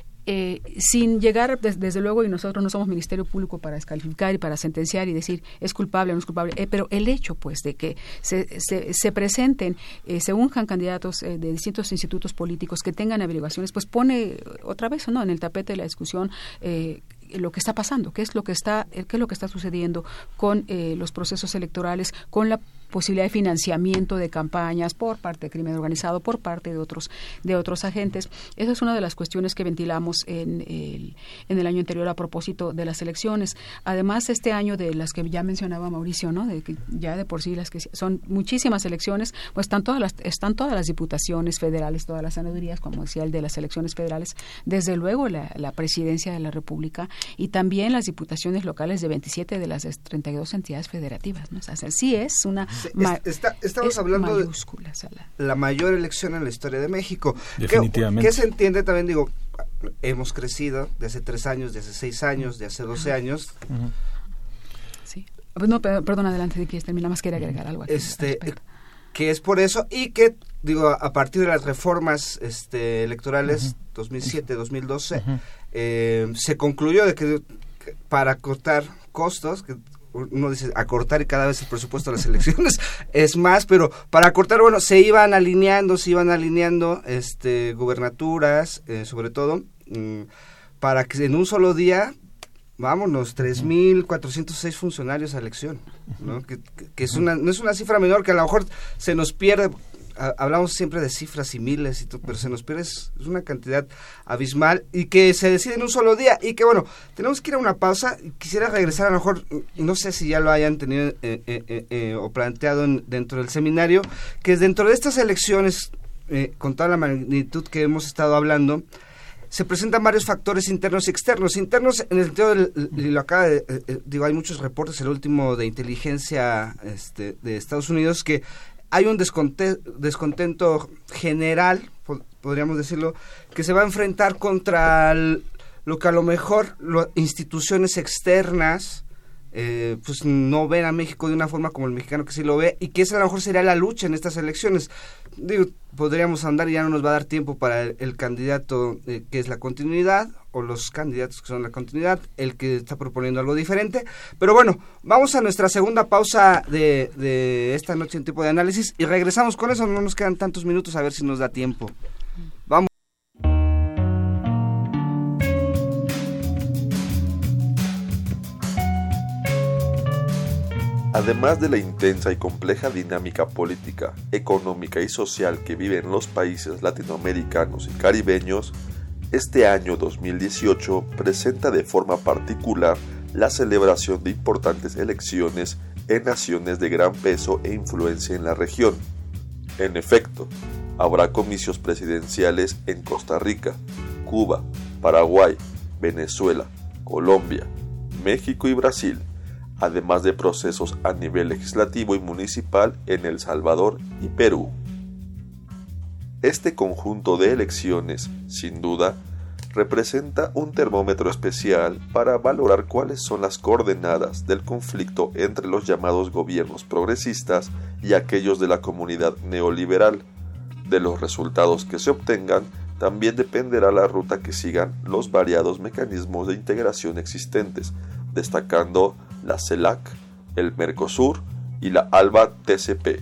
Sin llegar, desde luego, y nosotros no somos Ministerio Público para descalificar y para sentenciar y decir es culpable o no es culpable, pero el hecho, pues, de que se presenten, se unjan candidatos de distintos institutos políticos que tengan averiguaciones, pues pone otra vez, ¿no?, en el tapete de la discusión lo que está pasando, qué es lo que está sucediendo con los procesos electorales, con la posibilidad de financiamiento de campañas por parte de crimen organizado, por parte de otros agentes. Esa es una de las cuestiones que ventilamos en el año anterior a propósito de las elecciones. Además, este año, de las que ya mencionaba Mauricio, ¿no?, de que ya de por sí las que son muchísimas elecciones, pues están todas las diputaciones federales, todas las senadurías, como decía el de las elecciones federales, desde luego la presidencia de la República y también las diputaciones locales de 27 de las 32 entidades federativas, ¿no? O sea, sí es una estamos hablando de la mayor elección en la historia de México. Definitivamente. ¿Qué se entiende también? Digo, hemos crecido de hace 3 años, de hace 6 años, de hace 12 años. Uh-huh. Sí. No, perdón, adelante, de que termina, más quería agregar algo aquí. Que es por eso y que, digo, a partir de las reformas electorales, uh-huh, 2007, 2012, uh-huh, se concluyó de que para cortar costos, que uno dice acortar y cada vez el presupuesto de las elecciones es más, pero para acortar, bueno, se iban alineando gubernaturas, sobre todo, para que en un solo día, vámonos, 3.406 funcionarios a elección, ¿no? Que no es una cifra menor, que a lo mejor se nos pierde. Hablamos siempre de cifras y miles, pero se nos pierde, es una cantidad abismal, y que se decide en un solo día, y que bueno, tenemos que ir a una pausa. Quisiera regresar, a lo mejor, no sé si ya lo hayan tenido o planteado dentro del seminario, que dentro de estas elecciones, con toda la magnitud que hemos estado hablando, se presentan varios factores internos y externos. Internos en el sentido y lo acaba digo, hay muchos reportes, el último de inteligencia de Estados Unidos, que hay un descontento general, podríamos decirlo, que se va a enfrentar contra lo que a lo mejor instituciones externas pues no ven a México de una forma como el mexicano que sí lo ve, y que esa a lo mejor sería la lucha en estas elecciones. Digo, podríamos andar y ya no nos va a dar tiempo para el candidato que es la continuidad, o los candidatos que son la continuidad, el que está proponiendo algo diferente. Pero bueno, vamos a nuestra segunda pausa de esta noche en Tiempo de Análisis, y regresamos con eso. No nos quedan tantos minutos, a ver si nos da tiempo. Vamos. Además de la intensa y compleja dinámica política, económica y social que viven los países latinoamericanos y caribeños, este año 2018 presenta de forma particular la celebración de importantes elecciones en naciones de gran peso e influencia en la región. En efecto, habrá comicios presidenciales en Costa Rica, Cuba, Paraguay, Venezuela, Colombia, México y Brasil, además de procesos a nivel legislativo y municipal en El Salvador y Perú. Este conjunto de elecciones, sin duda, representa un termómetro especial para valorar cuáles son las coordenadas del conflicto entre los llamados gobiernos progresistas y aquellos de la comunidad neoliberal. De los resultados que se obtengan, también dependerá la ruta que sigan los variados mecanismos de integración existentes, destacando la CELAC, el Mercosur y la ALBA-TCP.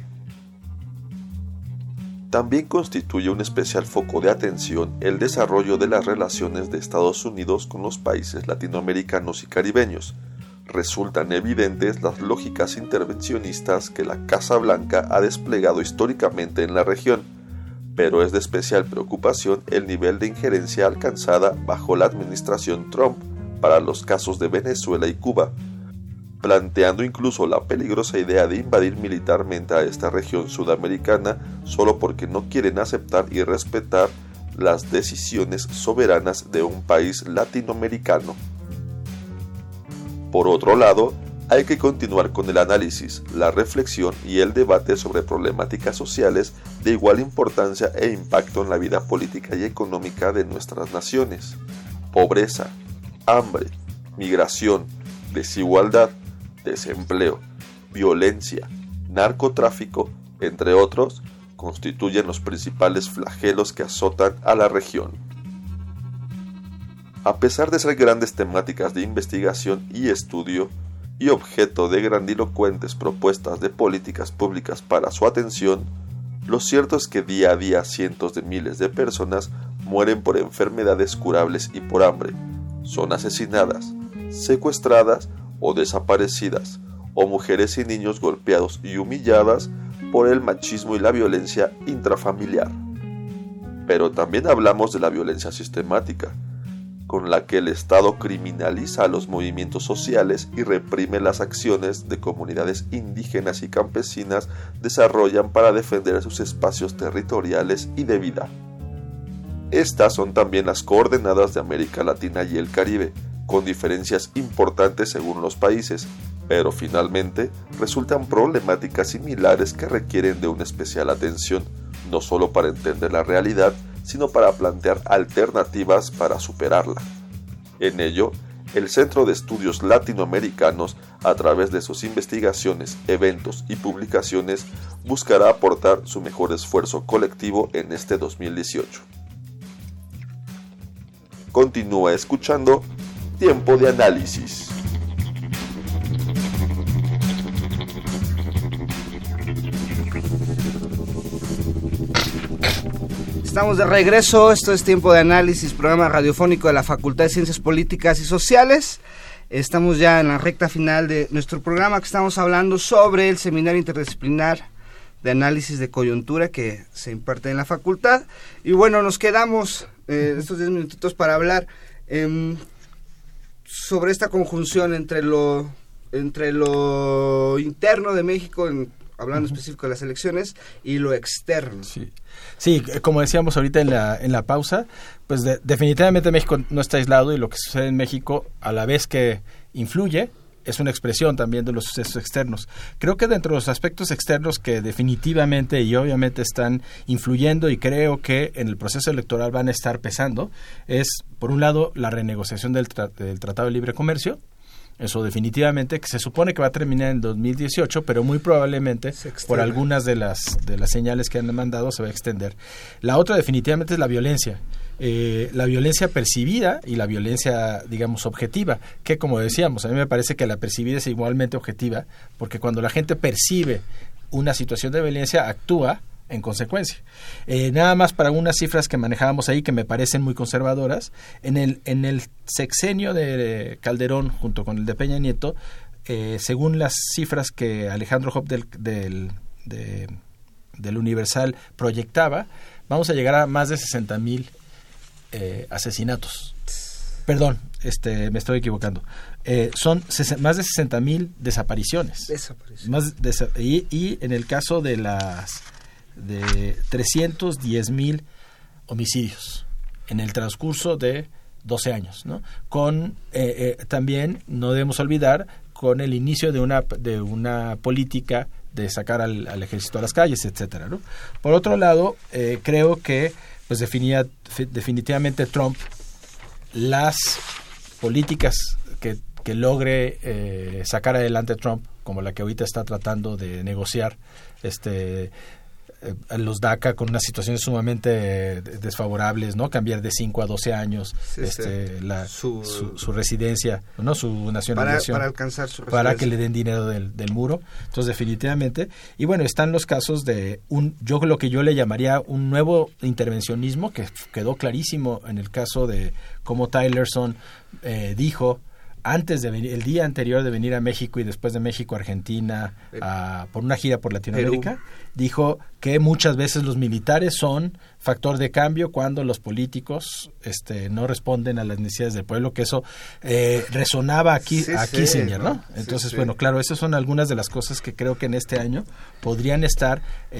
También constituye un especial foco de atención el desarrollo de las relaciones de Estados Unidos con los países latinoamericanos y caribeños. Resultan evidentes las lógicas intervencionistas que la Casa Blanca ha desplegado históricamente en la región, pero es de especial preocupación el nivel de injerencia alcanzada bajo la administración Trump para los casos de Venezuela y Cuba, planteando incluso la peligrosa idea de invadir militarmente a esta región sudamericana solo porque no quieren aceptar y respetar las decisiones soberanas de un país latinoamericano. Por otro lado, hay que continuar con el análisis, la reflexión y el debate sobre problemáticas sociales de igual importancia e impacto en la vida política y económica de nuestras naciones. Pobreza, hambre, migración, desigualdad, desempleo, violencia, narcotráfico, entre otros, constituyen los principales flagelos que azotan a la región. A pesar de ser grandes temáticas de investigación y estudio, y objeto de grandilocuentes propuestas de políticas públicas para su atención, lo cierto es que día a día cientos de miles de personas mueren por enfermedades curables y por hambre, son asesinadas, secuestradas o desaparecidas, o mujeres y niños golpeados y humilladas por el machismo y la violencia intrafamiliar. Pero también hablamos de la violencia sistemática, con la que el Estado criminaliza a los movimientos sociales y reprime las acciones de comunidades indígenas y campesinas desarrollan para defender sus espacios territoriales y de vida. Estas son también las coordenadas de América Latina y el Caribe, con diferencias importantes según los países, pero finalmente resultan problemáticas similares que requieren de una especial atención, no solo para entender la realidad, sino para plantear alternativas para superarla. En ello, el Centro de Estudios Latinoamericanos, a través de sus investigaciones, eventos y publicaciones, buscará aportar su mejor esfuerzo colectivo en este 2018. Continúa escuchando Tiempo de Análisis. Estamos de regreso, esto es Tiempo de Análisis, programa radiofónico de la Facultad de Ciencias Políticas y Sociales. Estamos ya en la recta final de nuestro programa, que estamos hablando sobre el Seminario Interdisciplinar de Análisis de Coyuntura que se imparte en la facultad. Y bueno, nos quedamos estos 10 minutitos para hablar sobre esta conjunción entre lo interno de México, hablando específico de las elecciones, y lo externo. Sí, como decíamos ahorita en la pausa, pues definitivamente México no está aislado, y lo que sucede en México, a la vez que influye, es una expresión también de los sucesos externos. Creo que dentro de los aspectos externos que definitivamente y obviamente están influyendo, y creo que en el proceso electoral van a estar pesando, es, por un lado, la renegociación del Tratado de Libre Comercio. Eso definitivamente, que se supone que va a terminar en 2018, pero muy probablemente por algunas de las señales que han mandado se va a extender. La otra definitivamente es la violencia percibida y la violencia, digamos, objetiva, que, como decíamos, a mí me parece que la percibida es igualmente objetiva, porque cuando la gente percibe una situación de violencia, actúa en consecuencia. Nada más para unas cifras que manejábamos ahí que me parecen muy conservadoras. En el sexenio de Calderón junto con el de Peña Nieto, según las cifras que Alejandro Hopp del Universal proyectaba, vamos a llegar a más de 60,000 asesinatos. Perdón, me estoy equivocando. Son más de 60,000 desapariciones. Y en el caso de 310,000 homicidios en el transcurso de 12 años, ¿no? También no debemos olvidar con el inicio de una política de sacar al ejército a las calles, etcétera, ¿no? Por otro lado, creo que pues definitivamente Trump, las políticas que logre sacar adelante Trump, como la que ahorita está tratando de negociar los DACA con unas situaciones sumamente desfavorables, ¿no? Cambiar de 5 a 12 años su residencia, ¿no? Su nacionalización para alcanzar su residencia, para que le den dinero del muro. Entonces, definitivamente. Y bueno, están los casos de lo que yo le llamaría un nuevo intervencionismo, que quedó clarísimo en el caso de cómo Tillerson dijo antes de venir, el día anterior de venir a México y después de México a Argentina por una gira por Latinoamérica, Perú, dijo que muchas veces los militares son factor de cambio cuando los políticos no responden a las necesidades del pueblo, que eso resonaba a Kissinger, ¿no? Entonces, bueno, claro, esas son algunas de las cosas que creo que en este año podrían estar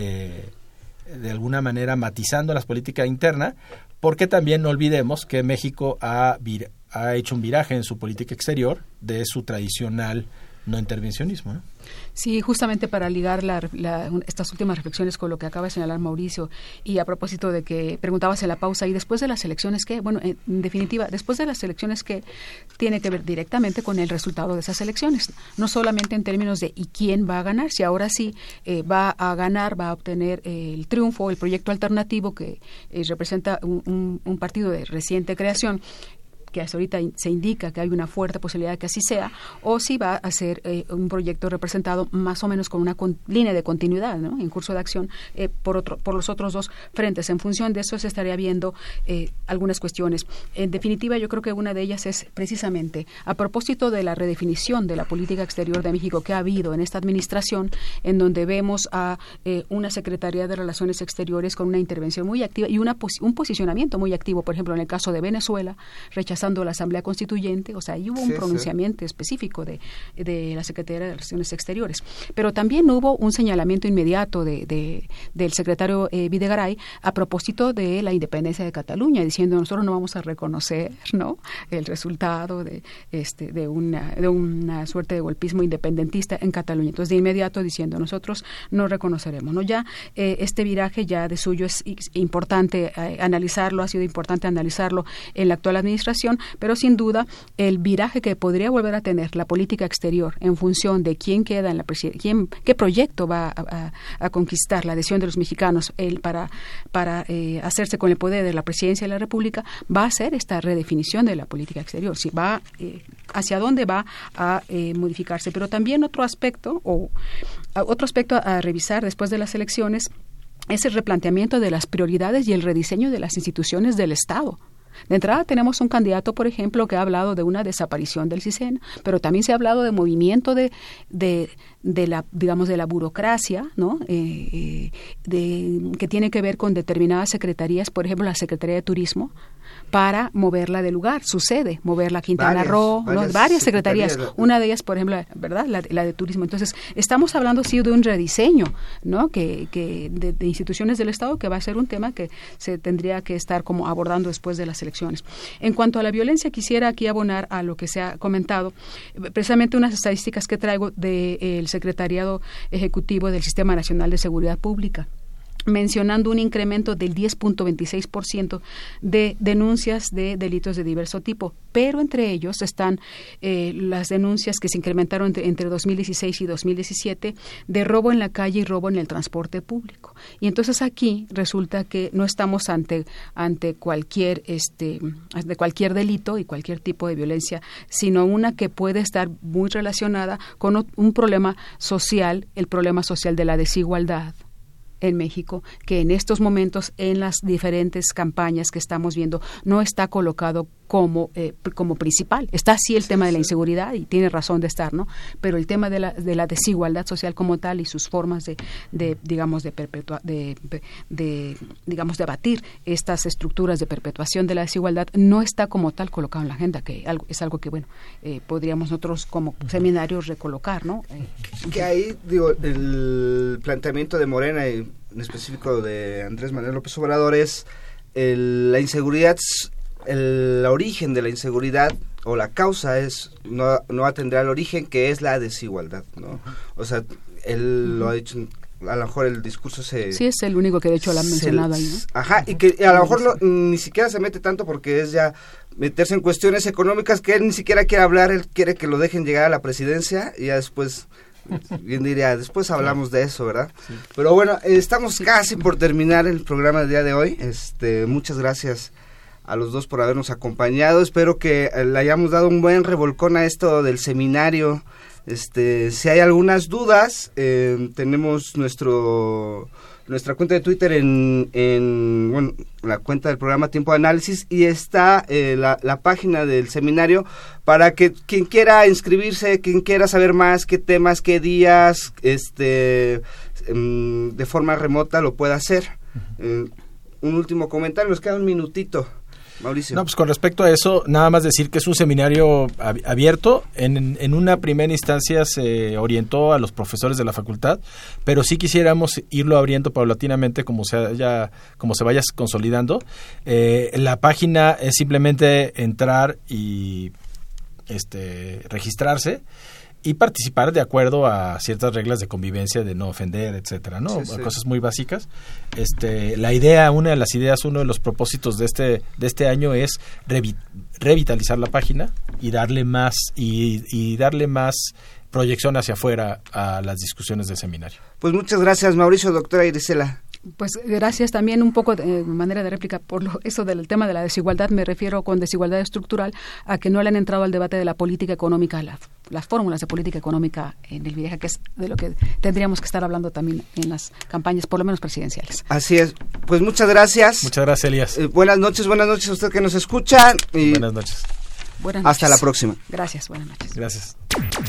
de alguna manera matizando las políticas internas, porque también no olvidemos que México ha hecho un viraje en su política exterior de su tradicional no intervencionismo, ¿no? Sí, justamente para ligar estas últimas reflexiones con lo que acaba de señalar Mauricio, y a propósito de que preguntabas en la pausa, y después de las elecciones, ¿qué? Bueno, en definitiva, después de las elecciones, ¿qué? Tiene que ver directamente con el resultado de esas elecciones, no solamente en términos de ¿y quién va a ganar? Si ahora sí va a ganar, va a obtener el triunfo, el proyecto alternativo que representa un partido de reciente creación, que hasta ahorita se indica que hay una fuerte posibilidad de que así sea, o si va a ser un proyecto representado más o menos con una línea de continuidad, ¿no? En curso de acción por los otros dos frentes. En función de eso se estaría viendo algunas cuestiones. En definitiva, yo creo que una de ellas es precisamente a propósito de la redefinición de la política exterior de México que ha habido en esta administración, en donde vemos a una Secretaría de Relaciones Exteriores con una intervención muy activa y un posicionamiento muy activo, por ejemplo, en el caso de Venezuela, rechazando la Asamblea Constituyente, o sea, ahí hubo un pronunciamiento específico de la Secretaría de Relaciones Exteriores. Pero también hubo un señalamiento inmediato del secretario Videgaray a propósito de la independencia de Cataluña, diciendo nosotros no vamos a reconocer, ¿no?, el resultado de una suerte de golpismo independentista en Cataluña. Entonces, de inmediato diciendo nosotros no reconoceremos, ¿no? Ya este viraje ya de suyo es importante analizarlo, ha sido importante analizarlo en la actual administración, pero sin duda el viraje que podría volver a tener la política exterior en función de quién queda en la presidencia, qué proyecto va a conquistar la adhesión de los mexicanos para hacerse con el poder de la presidencia de la República, va a ser esta redefinición de la política exterior, si va hacia dónde va a modificarse. Pero también otro aspecto a revisar después de las elecciones es el replanteamiento de las prioridades y el rediseño de las instituciones del Estado. De entrada tenemos un candidato, por ejemplo, que ha hablado de una desaparición del CISEN, pero también se ha hablado de movimiento de la, digamos, de la burocracia, ¿no? Que tiene que ver con determinadas secretarías, por ejemplo, la Secretaría de Turismo, para moverla de lugar, su sede, moverla a Quintana Roo, varias secretarías, una de ellas, por ejemplo, ¿verdad? La de turismo. Entonces, estamos hablando sí de un rediseño, ¿no? Que de instituciones del Estado, que va a ser un tema que se tendría que estar como abordando después de las elecciones. En cuanto a la violencia, quisiera aquí abonar a lo que se ha comentado, precisamente unas estadísticas que traigo del Secretariado Ejecutivo del Sistema Nacional de Seguridad Pública, mencionando un incremento del 10.26% de denuncias de delitos de diverso tipo, pero entre ellos están las denuncias que se incrementaron entre 2016 y 2017 de robo en la calle y robo en el transporte público. Y entonces aquí resulta que no estamos ante cualquier delito y cualquier tipo de violencia, sino una que puede estar muy relacionada con un problema social, el problema social de la desigualdad en México, que en estos momentos, en las diferentes campañas que estamos viendo, no está colocado como principal. Está sí el tema de la inseguridad, y tiene razón de estar, ¿no? Pero el tema de la desigualdad social como tal y sus formas de abatir estas estructuras de perpetuación de la desigualdad no está como tal colocado en la agenda, que es algo que, bueno, podríamos nosotros como seminarios recolocar, ¿no? Que ahí, digo, el planteamiento de Morena y en específico de Andrés Manuel López Obrador es la inseguridad. El origen de la inseguridad o la causa es no atender al origen, que es la desigualdad, ¿no? O sea, él lo ha dicho, a lo mejor el discurso sí, es el único que de hecho lo ha mencionado ahí, ¿no? Ajá, y que a lo mejor ni siquiera se mete tanto porque es ya meterse en cuestiones económicas que él ni siquiera quiere hablar. Él quiere que lo dejen llegar a la presidencia y ya después, bien diría, después hablamos de eso, ¿verdad? Sí. Pero bueno, estamos casi por terminar el programa del día de hoy. Muchas gracias a los dos por habernos acompañado. Espero que le hayamos dado un buen revolcón a esto del seminario. Si hay algunas dudas, tenemos nuestra cuenta de Twitter en la cuenta del programa Tiempo de Análisis, y está la página del seminario para que quien quiera inscribirse, quien quiera saber más, qué temas, qué días, de forma remota lo pueda hacer. Un último comentario, nos queda un minutito. Mauricio. No, pues con respecto a eso, nada más decir que es un seminario abierto. En una primera instancia se orientó a los profesores de la facultad, pero sí quisiéramos irlo abriendo paulatinamente como se vaya consolidando. La página es simplemente entrar y registrarse y participar de acuerdo a ciertas reglas de convivencia, de no ofender, etcétera, ¿no? Sí. Cosas muy básicas. La idea, una de las ideas, uno de los propósitos de este año es revitalizar la página y darle más proyección hacia afuera a las discusiones del seminario. Pues muchas gracias, Mauricio. Doctora Irisela. Pues gracias también, un poco de manera de réplica por eso del tema de la desigualdad. Me refiero con desigualdad estructural a que no le han entrado al debate de la política económica, las fórmulas de política económica en el viaje, que es de lo que tendríamos que estar hablando también en las campañas, por lo menos presidenciales. Así es. Pues muchas gracias. Muchas gracias, Elías. Buenas noches a usted que nos escucha. Y buenas noches. Hasta la próxima. Gracias, buenas noches. Gracias.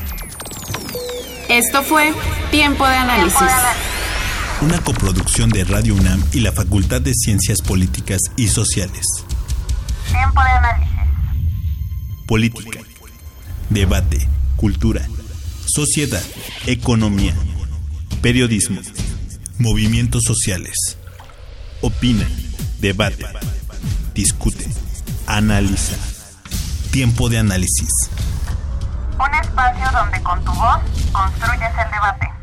Esto fue Tiempo de Análisis. Una coproducción de Radio UNAM y la Facultad de Ciencias Políticas y Sociales. Tiempo de análisis. Política, debate, cultura, sociedad, economía, periodismo, movimientos sociales. Opina, debate, discute, analiza. Tiempo de Análisis. Un espacio donde con tu voz construyes el debate.